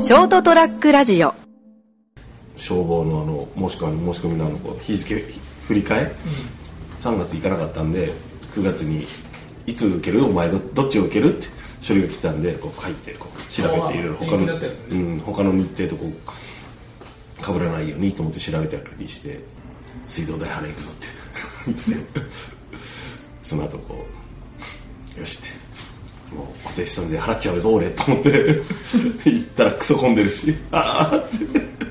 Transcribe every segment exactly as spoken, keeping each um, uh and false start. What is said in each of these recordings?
ショートトラックラジオ。 消防のあの申し込み申し込みのあのこう日付振り替え、うん、さんがつ行かなかったんでくがつにいつ受けるお前 ど, どっちを受けるって書類が来たんでこう書いてこう調べていろいろ他の、ねうん、他の日程とこう被らないようにと思って調べたりして水道代払い行くぞって言ってその後こうよしってもう固定資産税払っちゃうぞ俺と思って行ったらクソ混んでるしああって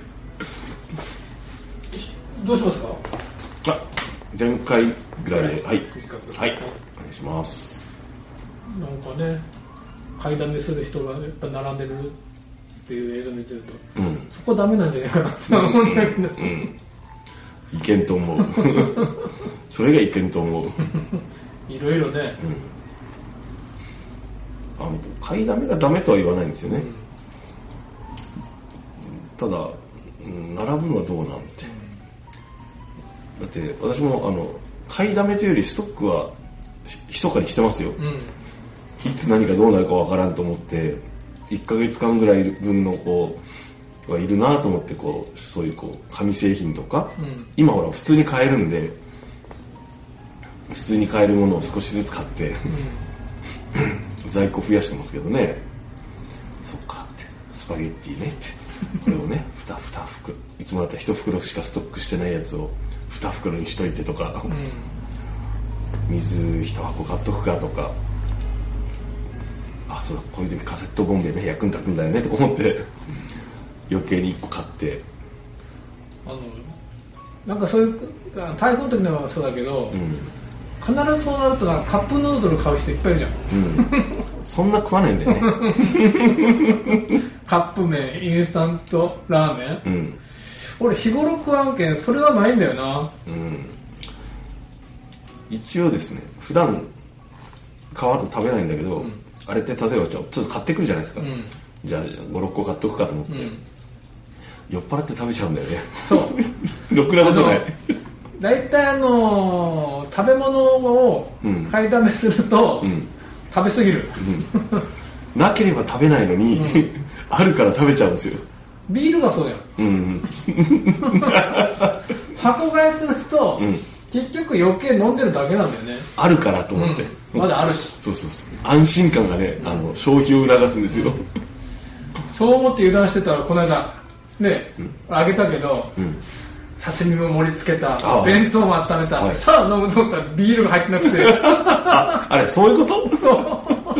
どうしますか。 あ前回ぐらいではい、はい、はい、お願いします。 なんかね買いだめする人がやっぱ並んでるっていう映像見てると、うん、そこダメなんじゃないかなって思うんだけど、うんうん、 いけんと思うそれがいけんと思ういろいろね、 うん、あの買いだめがダメとは言わないんですよね、うん、ただ、うん、並ぶのはどうなんて、うん、だって私もあの買いだめというよりストックは密かにしてますよ、うん、いつ何がどうなるかわからんと思っていっかげつかんぐらい分のこうはいるなと思ってこうそういうこう紙製品とか、うん、今ほら普通に買えるんで普通に買えるものを少しずつ買って、うん、在庫増やしてますけどね。そっかってスパゲッティねってこれをねに袋いつもだったらいち袋しかストックしてないやつをに袋にしといてとか、うん、水いち箱買っとくかとかあそうだこういう時カセットボンベね役に立つんだよねと思って余計にいっこ買ってあのなんかそういう台風の時のはそうだけど、うん、必ずそうなるとなカップヌードル買う人いっぱいいるじゃん、 うん、そんな食わないんだよねカップ麺インスタントラーメン、うん、俺日頃食わんけんそれはないんだよな、うん、 一応ですね普段買わず食べないんだけど、うんあれって例えばちょっと買ってくるじゃないですか、うん、じゃあごろっこ買っとくかと思って、うん、酔っ払って食べちゃうんだよねそうろくなことないだいたいあのー、食べ物を買いだめすると、うん、食べ過ぎる、 うん、なければ食べないのに、うん、あるから食べちゃうんですよ。 ビールがそうやん、うん、箱買いすると、うん結局余計飲んでるだけなんだよね。 あるからと思って、 うん、まだあるしそうそうそう安心感がね、うん、あの消費を促すんですよ、うん、 そう思って油断してたらこの間ね、うん、あげたけど、うん、刺身も盛り付けた弁当も温めた、はい、さあ飲むと思ったらビールが入ってなくてあ, あれそういうことそう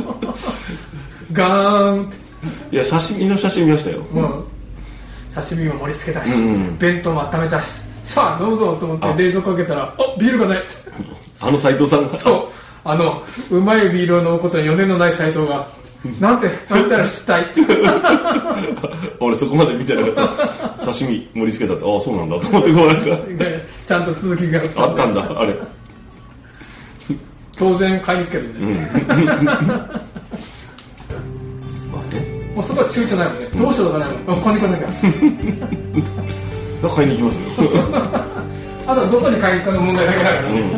ガーンいや刺身の写真見ましたよ、うん、 刺身も盛り付けたし、うんうん、弁当も温めたしさあ飲むぞと思って冷蔵庫開けたらあビールがないあの斉藤さんがそうあのうまいビールを飲むことに余念のない斉藤がなんてなんたらしたいって俺そこまで見てなかった刺身盛り付けたってああそうなんだと思ってこうなんかちゃんと続きがあったんだあれ当然買いに行くけどね、うんまあねもうそこは躊躇ないもんね、うん、どうしようとかないもん買いに行かなきゃ買いに行きますよあとはどこに買いに行くかの問題だけだからね、うん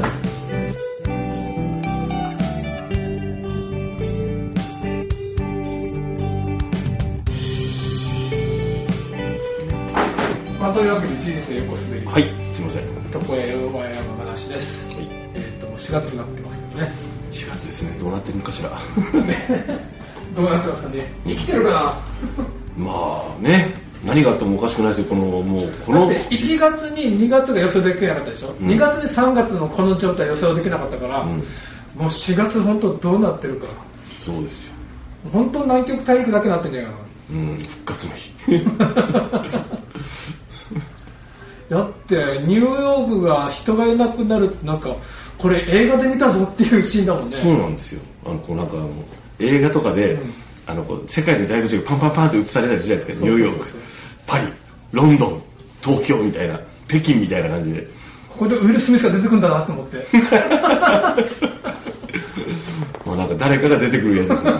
まあ、というわけで人生横滑りはいすいません床屋洋場屋の話です、はいえー、ともうしがつになってますけどねしがつですねどうなってるのかしらどうなってますかね生きてるかなまあね何があってもおかしくないですよこのもうこのだっていちがつににがつが予想できなかったでしょ、うん、にがつにさんがつのこの状態予想できなかったから、うん、もうしがつ本当どうなってるかそうですよ本当南極大陸だけなってんじゃないかなうん復活の日だってニューヨークが人がいなくなるってなんかこれ映画で見たぞっていうシーンだもんねそうなんですよあのこうなんかあの映画とかで、うんあのこう世界の大都市がパンパンパンって映されたりするじゃないですかニューヨークパリロンドン東京みたいな北京みたいな感じでここでウィル・スミスが出てくるんだなと思ってもうなんか誰かが出てくるやつですね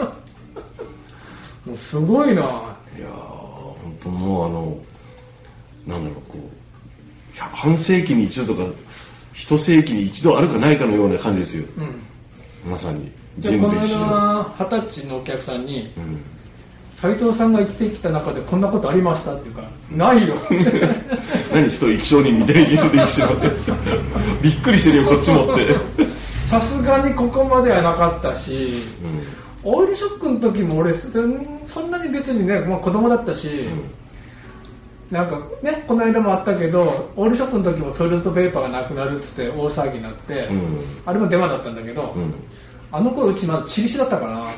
もうすごいないやー本当もうあのなんだろうこう半世紀に一度とか一世紀に一度あるかないかのような感じですよ、うん、まさにでこの間二十歳のお客さんに、うん、 斉藤さんが生きてきた中でこんなことありましたっていうから、ないよ何人生き証人みたいに言う歴史のびっくりしてるよこっちもってさすがにここまではなかったし、うん、オイルショックの時も俺そんなに別にね、まあ、子供だったし、うん、なんかねこの間もあったけどオイルショックの時もトイレットペーパーがなくなるっつって大騒ぎになって、うん、あれもデマだったんだけど、うん、あの頃うちまだチリシだったかな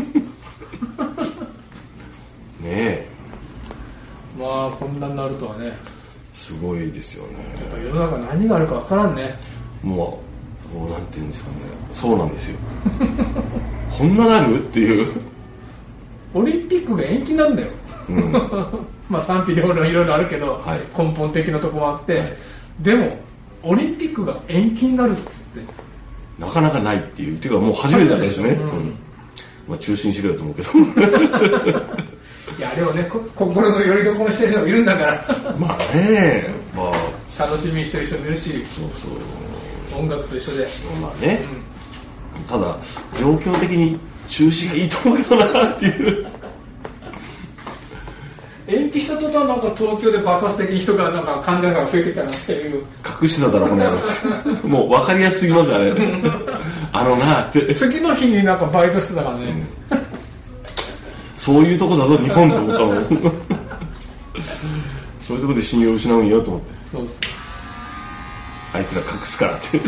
ねえ、 まあこんなになるとはね、 すごいですよね。 やっぱ世の中何があるか分からんね。 もう、もうなんていうんですかね、そうなんですよこんななるっていうオリンピックが延期なんだよ、うん、まあ賛否両論いろいろあるけど、はい、根本的なところもあって、はい、でもオリンピックが延期になるっつってなかなかないっていう、っていうかもう初めてだったですね、うんうん、まあ中止にしろよと思うけどいやでもね、心の拠り所にしてる人もいるんだからまあね、まあ、楽しみにしてる人もいるし、 そうそう、 音楽と一緒で、 まあね、うん、ただ状況的に中止がいいと思うけどなっていう延期した途端なんか東京で爆発的に人がなんか患者が増えてきたなっていう、 隠してただろこの野郎もう分かりやすすぎますあれあのなって次の日になんかバイトしてたからね、うんそういうとこだぞ日本と思ったもんそういうとこで信用を失うんよと思って、 そうです、 あいつら隠すからって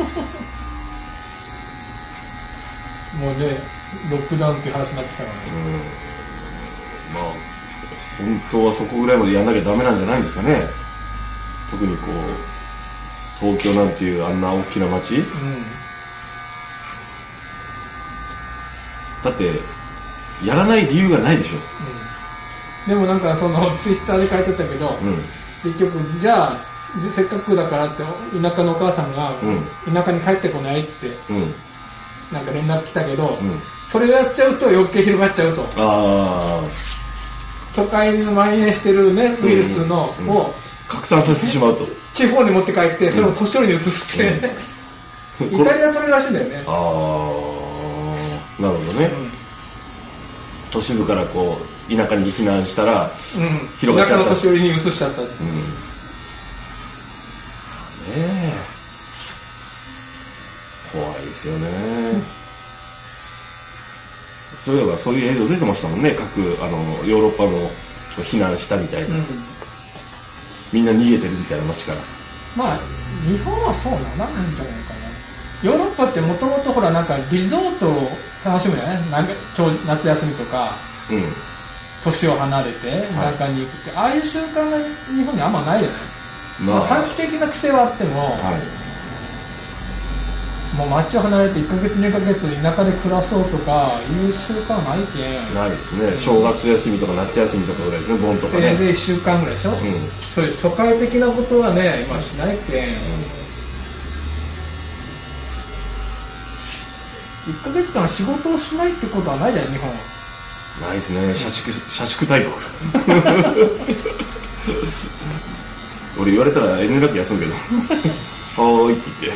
もうねロックダウンっていう話になってきたからね、 うん、まあ本当はそこぐらいまでやんなきゃダメなんじゃないんですかね。特にこう東京なんていうあんな大きな街、うん、だってやらない理由がないでしょ、 うん、でもなんかそのツイッターで書いてたけど、うん、結局じゃあせっかくだからって田舎のお母さんが田舎に帰ってこないって、うん、なんか連絡来たけど、うん、それやっちゃうと余計広がっちゃうと、あ都会に蔓延してるねウイルスの、うんうん、を拡散させてしまうと地方に持って帰ってそれを年寄りに移して、うん、イタリアはそれらしいんだよね。 ああ、なるほどね、うん都市部からこう田舎に避難したら、うん、広がっちゃった。 田舎の年寄りに移しちゃった、うん、ねえ怖いですよね、うん、そういえばそういう映像出てましたもんね。各あのヨーロッパの避難したみたいな、うん、みんな逃げてるみたいな街から。 まあ日本はそうならないんじゃないかな。ヨーロッパってもともとほらなんかリゾートを楽しむじゃない、なんか夏休みとか、うん、年を離れて中に行くって、はい、ああいう習慣が日本にあんまないじゃない。まあ、短期的な規制はあっても、はい、もう街を離れていっかげつにかげつ田舎で暮らそうとかいう習慣はないけん。 ないですね。正月休みとか夏休みとかぐらいですね、盆とかね。 せいぜいいっしゅうかんぐらいでしょ、うん、そういう疎開的なことはね今しないけん、うんいっかげつかん仕事をしないってことはないじゃない日本は。 ないですね。社畜、社畜大国俺言われたら遠慮なく休むけどはーいって言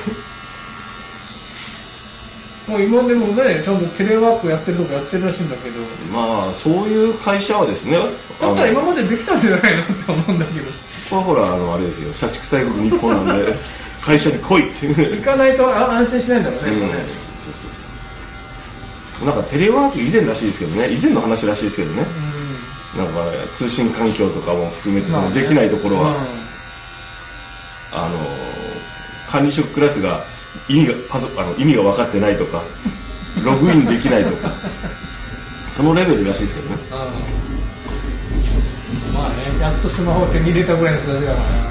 ってもう今でもねちゃんとテレワークやってるとこやってるらしいんだけど、 まあそういう会社はですねだったら今までできたんじゃないのって思うんだけどこれはほらあのあれですよ社畜大国日本なんで会社に来いって行かないと安心しないんだろうね、うん、ねそうそうそうなんかテレワーク以前らしいですけどね以前の話らしいですけどね、うん、なんか通信環境とかも含めてそのできないところは、まあねうん、あの管理職クラスが意味がパソあの意味が分かってないとかログインできないとかそのレベルらしいですけどね、 うん、まあねやっとスマホを手に入れたぐらいの人たちだからね、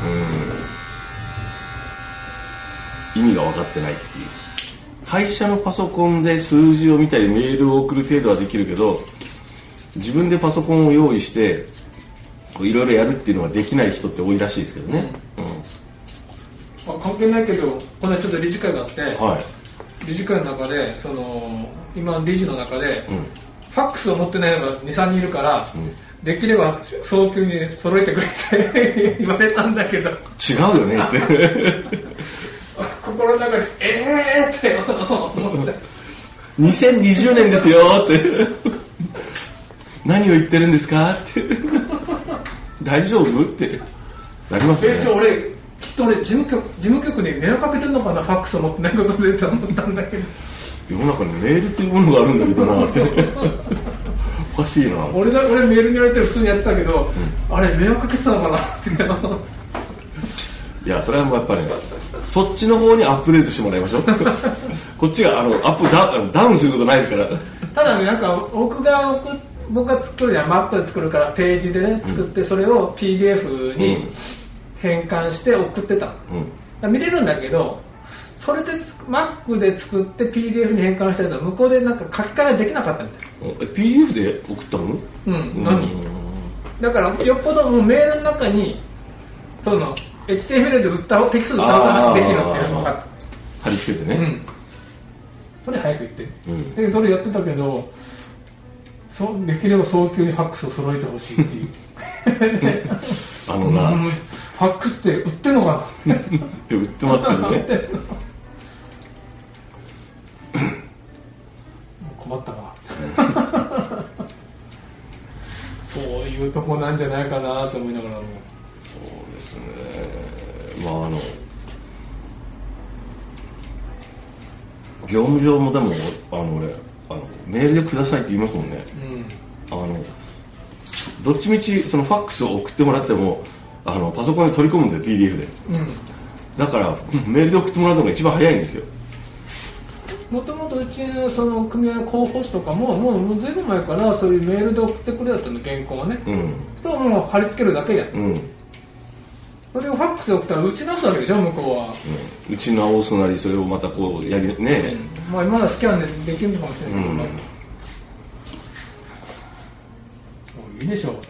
うん、意味が分かってないっていう会社のパソコンで数字を見たりメールを送る程度はできるけど自分でパソコンを用意していろいろやるっていうのができない人って多いらしいですけどね、うんうん、関係ないけどこの間ちょっと理事会があって、はい、理事会の中でその今理事の中で、うん、ファックスを持ってないのが にさんにんいるから、うん、できれば早急に揃えてくれって言われたんだけど違うよねって心の中でえーって思ってにせんにじゅうねんですよって何を言ってるんですかって大丈夫ってなりますよね。 え、じゃあ俺きっと俺事務局事務局に迷惑かけてるのかな、ファックスを持ってないことでと思ったんだけど、 世の中にメールというものがあるんだけどなっておかしいな。 俺だ俺メールに言われて普通にやってたけど、うん、あれ迷惑かけてたのかなっていや、それはもうやっぱり、ね、そっちの方にアップデートしてもらいましょうこっちがあのアップダウンダウンすることないですから。 ただね、なんか僕が送僕が作るにはマップで作るからページでね作って、それを ピーディーエフ に変換して送ってた、うん、見れるんだけど、それで Mac で作って ピーディーエフ に変換したやつは向こうでなんか書き換えできなかったみたい。 え ピーディーエフ で送ったの？ うん、何？だからよっぽどもうメールの中にその エイチティーエムエル で打ったテキストで打った方ができるっていうのが貼り付けてね、うん、 それ早く言って、うん、でそれやってたけど、そできれば早急にファックスを揃えてほしいっていうあのな、うん、 ファックスって売ってんのかな売ってますけどね困ったなそういうとこなんじゃないかなと思いながらも。 そうですね、まああの業務上もでもあの俺あのメールでくださいって言いますもんね、うん、あのどっちみちそのファックスを送ってもらってもあのパソコンに取り込むんですよ ピーディーエフ で、うん、だからメールで送ってもらうのが一番早いんですよ。 もともとうちのその組合の広報誌とかももうもうずいぶん前からそういうメールで送ってくれだったの、原稿はね、うん、ともう貼り付けるだけや、うん、それをファックスで送ったら打ち直すわけでしょ向こうは、 うん、打ち直すなりそれをまたこうやりね、 うん、まあまだスキャンでできるのかもしれないけど、うん、もういいでしょうと思い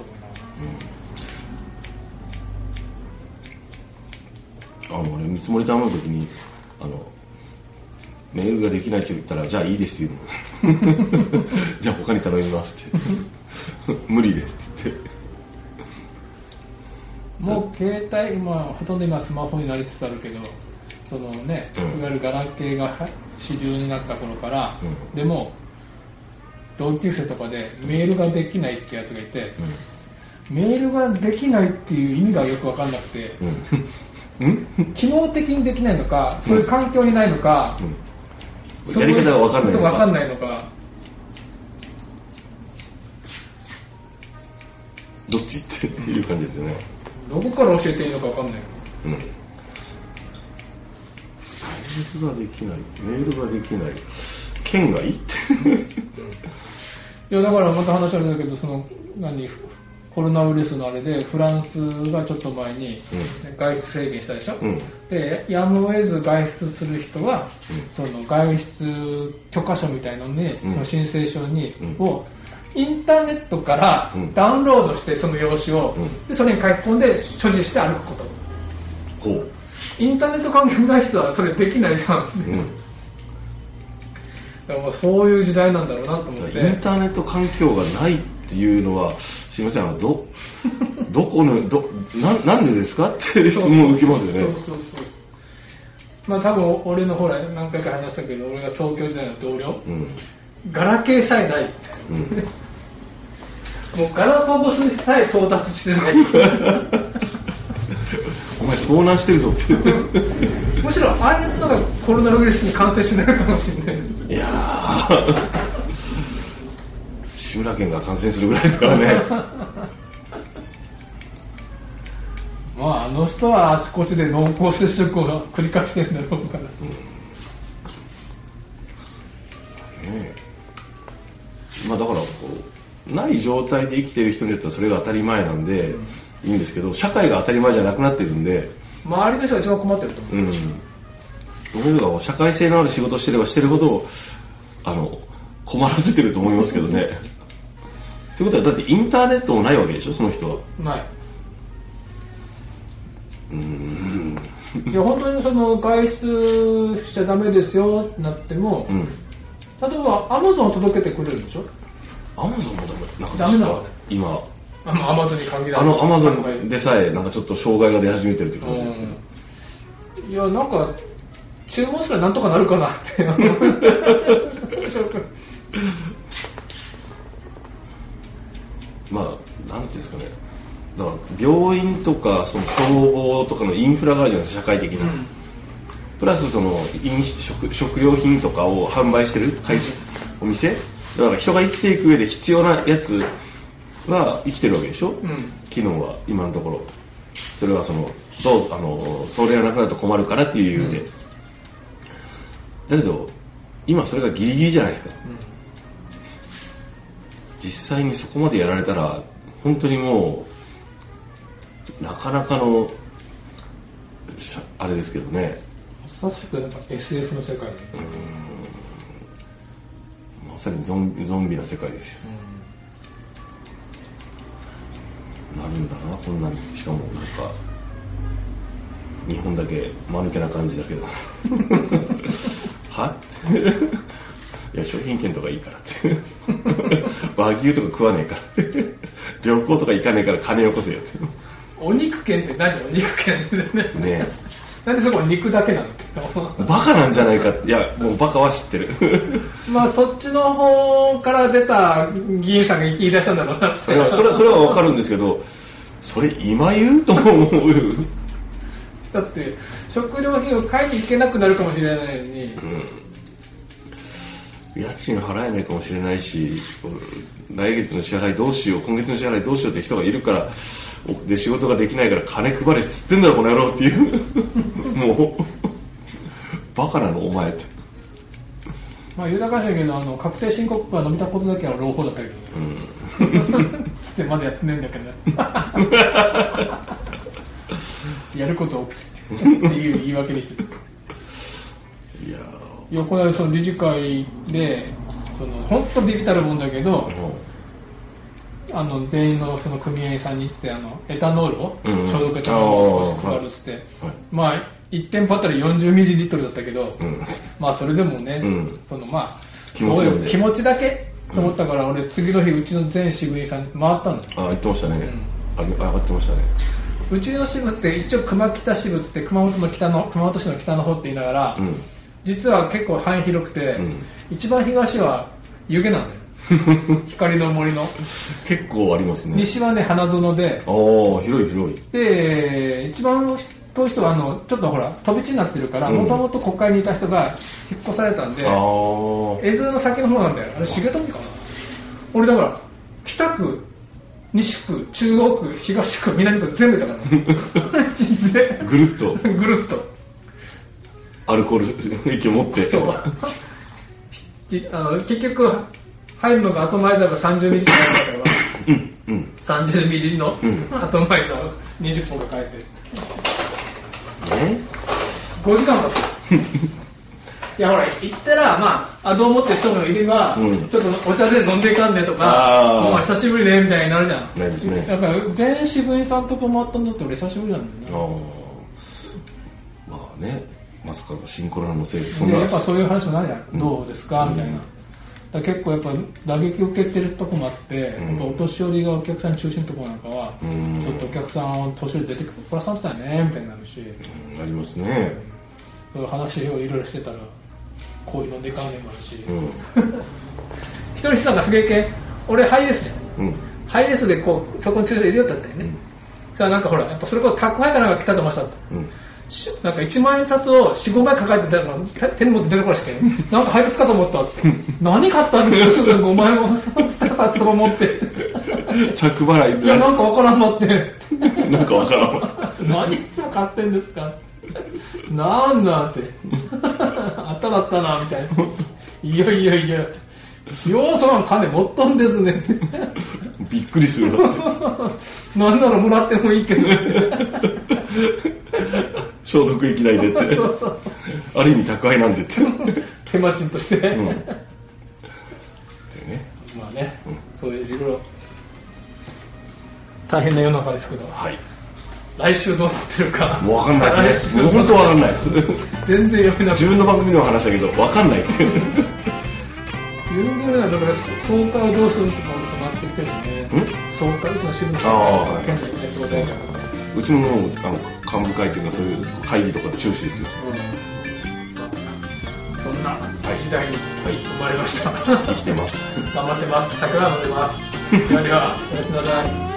ながら、 うん、あの俺見積もり頼むときにあのメールができないって言ったらじゃあいいですって言うのじゃあ他に頼みますって無理ですって言ってもう携帯、まあ、ほとんど今スマホになりつつあるけどそのね、うん、いわゆるガラケーが主流になった頃から、うん、でも同級生とかでメールができないってやつがいて、うん、メールができないっていう意味がよく分かんなくて、うん、機能的にできないのかそういう環境にないのか、うんやり方が分かんないのか分かんないのかどっちっていう感じですよね、 どこから教えていいのか分かんない、うん、 メールができないメールができない県外っていやだからまた話あるんだけどその何コロナウイルスのあれでフランスがちょっと前に外出制限したでしょ、うん、でやむを得ず外出する人は、うん、その外出許可書みたいなのに、うん、その申請書に、うん、をインターネットからダウンロードしてその用紙を、うん、でそれに書き込んで所持して歩くこと、ほうインターネット環境ない人はそれできないじゃん、うんだからそういう時代なんだろうなと思って。 インターネット環境がないっていうのはすいませんあのどどこのど な, なんでですかって質問を受けますよね。そうそうそうまあ多分俺のほら何回か話したけど俺が東京時代の同僚、うん、ガラケーさえない、うん、もうガラパゴスさえ到達してないお前遭難してるぞってむしろああいうのがコロナウイルスに感染しないかもしれない。 いやー志村けんが感染するぐらいですからねまああの人はあちこちで濃厚接触を繰り返してるんだろうから、うんね、まあだからこうない状態で生きてる人にとってはそれが当たり前なんで、うんいいんですけど社会が当たり前じゃなくなってるんで周りの人が一番困ってると思う、うん、 僕が社会性のある仕事をしてればしてるほどあの困らせてると思いますけどねということはだってインターネットもないわけでしょその人はない。うーんいや本当にその外出しちゃダメですよってなっても、うん、例えばアマゾン届けてくれるでしょ。 アマゾンもダメダメなのね今あのアマゾンに限らずあのアマゾンでさえなんかちょっと障害が出始めてるって感じですけど、 うん、いやなんか注文すらなんとかなるかなってまあなんていうんですかね、だから病院とかその消防とかのインフラがあるじゃないですか、社会的な、うん、プラスその飲食食料品とかを販売してる会社、お店だから人が生きていく上で必要なやつは生きてるわけでしょ、うん、機能は今のところ。それはそのそうあのそれがなくなると困るからっていう理由で、うん、だけど今それがギリギリじゃないですか、うん、実際にそこまでやられたら本当にもうなかなかのあれですけどね。 まさしくなんか エスエフ の世界、うん、 まさにゾン、ゾンビな世界ですよ、うん、なるんだなこんなに。しかもなんか日本だけ間抜けな感じだけどはいや商品券とかいいからって和牛とか食わねえからって旅行とか行かねえから金よこせよって。 お肉券って何？お肉券ってね。ねえ。なんでそこ肉だけなの？ バカなんじゃないかって。いやもうバカは知ってる。 まあそっちの方から出た議員さんが言い出したんだろうなって。 いやそれそれはわかるんですけど、それ今言うと思う。 だって食料品を買いに行けなくなるかもしれないのに。うん、 家賃払えないかもしれないし、来月の支払いどうしよう、今月の支払いどうしようって人がいるからで仕事ができないから金配れっつってんだろこの野郎っていうもうバカなのお前って。 まあ言うたかしらけど、あの確定申告が伸びたことだけは朗報だったけど、うん、つってまだやってないんだけどねやること多くてっていう言い訳にしてる。いやいやこの間その理事会でその本当ビビたるもんだけど、うん、あの全員のその組合員さんにしてあのエタノールを、うん、消毒エタノールを少し配るっつって、はい、まあいち店舗あたり よんじゅうミリリットル だったけど、うん、まあそれでもね、うん、そのまあ気持ち, 気持ちだけと思ったから、うん、俺次の日うちの全支部員さん回ったんだ。 あ言ってましたね、うん、あ上がってましたね。 うちの支部って一応熊北支部っつって熊本の北の熊本市の北の方って言いながら、うん、実は結構範囲広くて、うん、一番東は湯気なんだよ光の森の結構ありますね。 西はね花園で、 ああ広い広いで一番遠い人はあのちょっとほら飛び地になってるからもともと国会にいた人が引っ越されたんで、絵図の先の方なんだよ。あれ重富かな。俺だから北区西区中央区東区南区全部いたからぐるっとぐるっとアルコール液を持ってそうあの結局入るのがアトマイザーがさんじゅうミリしかないからうんうん、さんじゅうミリのアトマイザーにじゅっぽんが買えてる、えごじかんだったいやほら行ったらまああどう思って人がいれば、うん、ちょっとお茶で飲んでいかんねとかもう久しぶりねみたいになるじゃん。ないですね。だから全支部員さんとこ回ったんだって俺久しぶりなんだよね。 あまあねまさかシンコロナのせいでそんなやっぱそういう話もないじゃん、うん、どうですかみたいな。だ結構やっぱ打撃を受けてるとこもあって、うん、やっぱお年寄りがお客さん中心のところなんかは、うん、ちょっとお客さんを年寄り出てこらさんってたよねみたいになるし、 うん、ありますね。 そういう話をいろいろしてたらこういうのでかんねんもあるし、うん、一人一人がすげえ系俺ハイエースじゃん、うん、ハイエースでこうそこに駐車入れよったんだよね、うん、さあなんかほらやっぱそれこそ宅配かなんか来たと思いましたと、うん、なんかいちまん円札を よん,ご 枚抱えてたら手に持って出てこらしてなんか配達かと思ったっつって何買ったんですかごまいも札とか持って着払いいやなんかわからんまってなんかわからんわ何買ってんですかなんだってあっただったなみたいないやいやいやようその金持っとんですねびっくりするななんならもらってもいいけど消毒液内でってそうそうそうある意味宅配なんでって手間賃として、うん、でねまあね、うん、そういういろいろ大変な世の中ですけど、はい、来週どうなってるかもう分かんないですね。もう本当分かんないです全然読めない。 自分の番組でも話したけど分かんないって全然読めない。だから総会をどうするとかもなってるけどね。総会うちの支部の総会県のね総会うちのもうあの幹部会というかそういう会議とか中止ですよ、 うん、そんな、はい代に生まれました。 はい、生きてます。 頑張ってます。桜飲んでます。ではでは、おやすみなさい。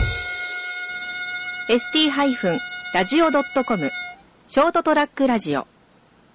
エスティー ラジオ ドットコム ショートトラックラジオ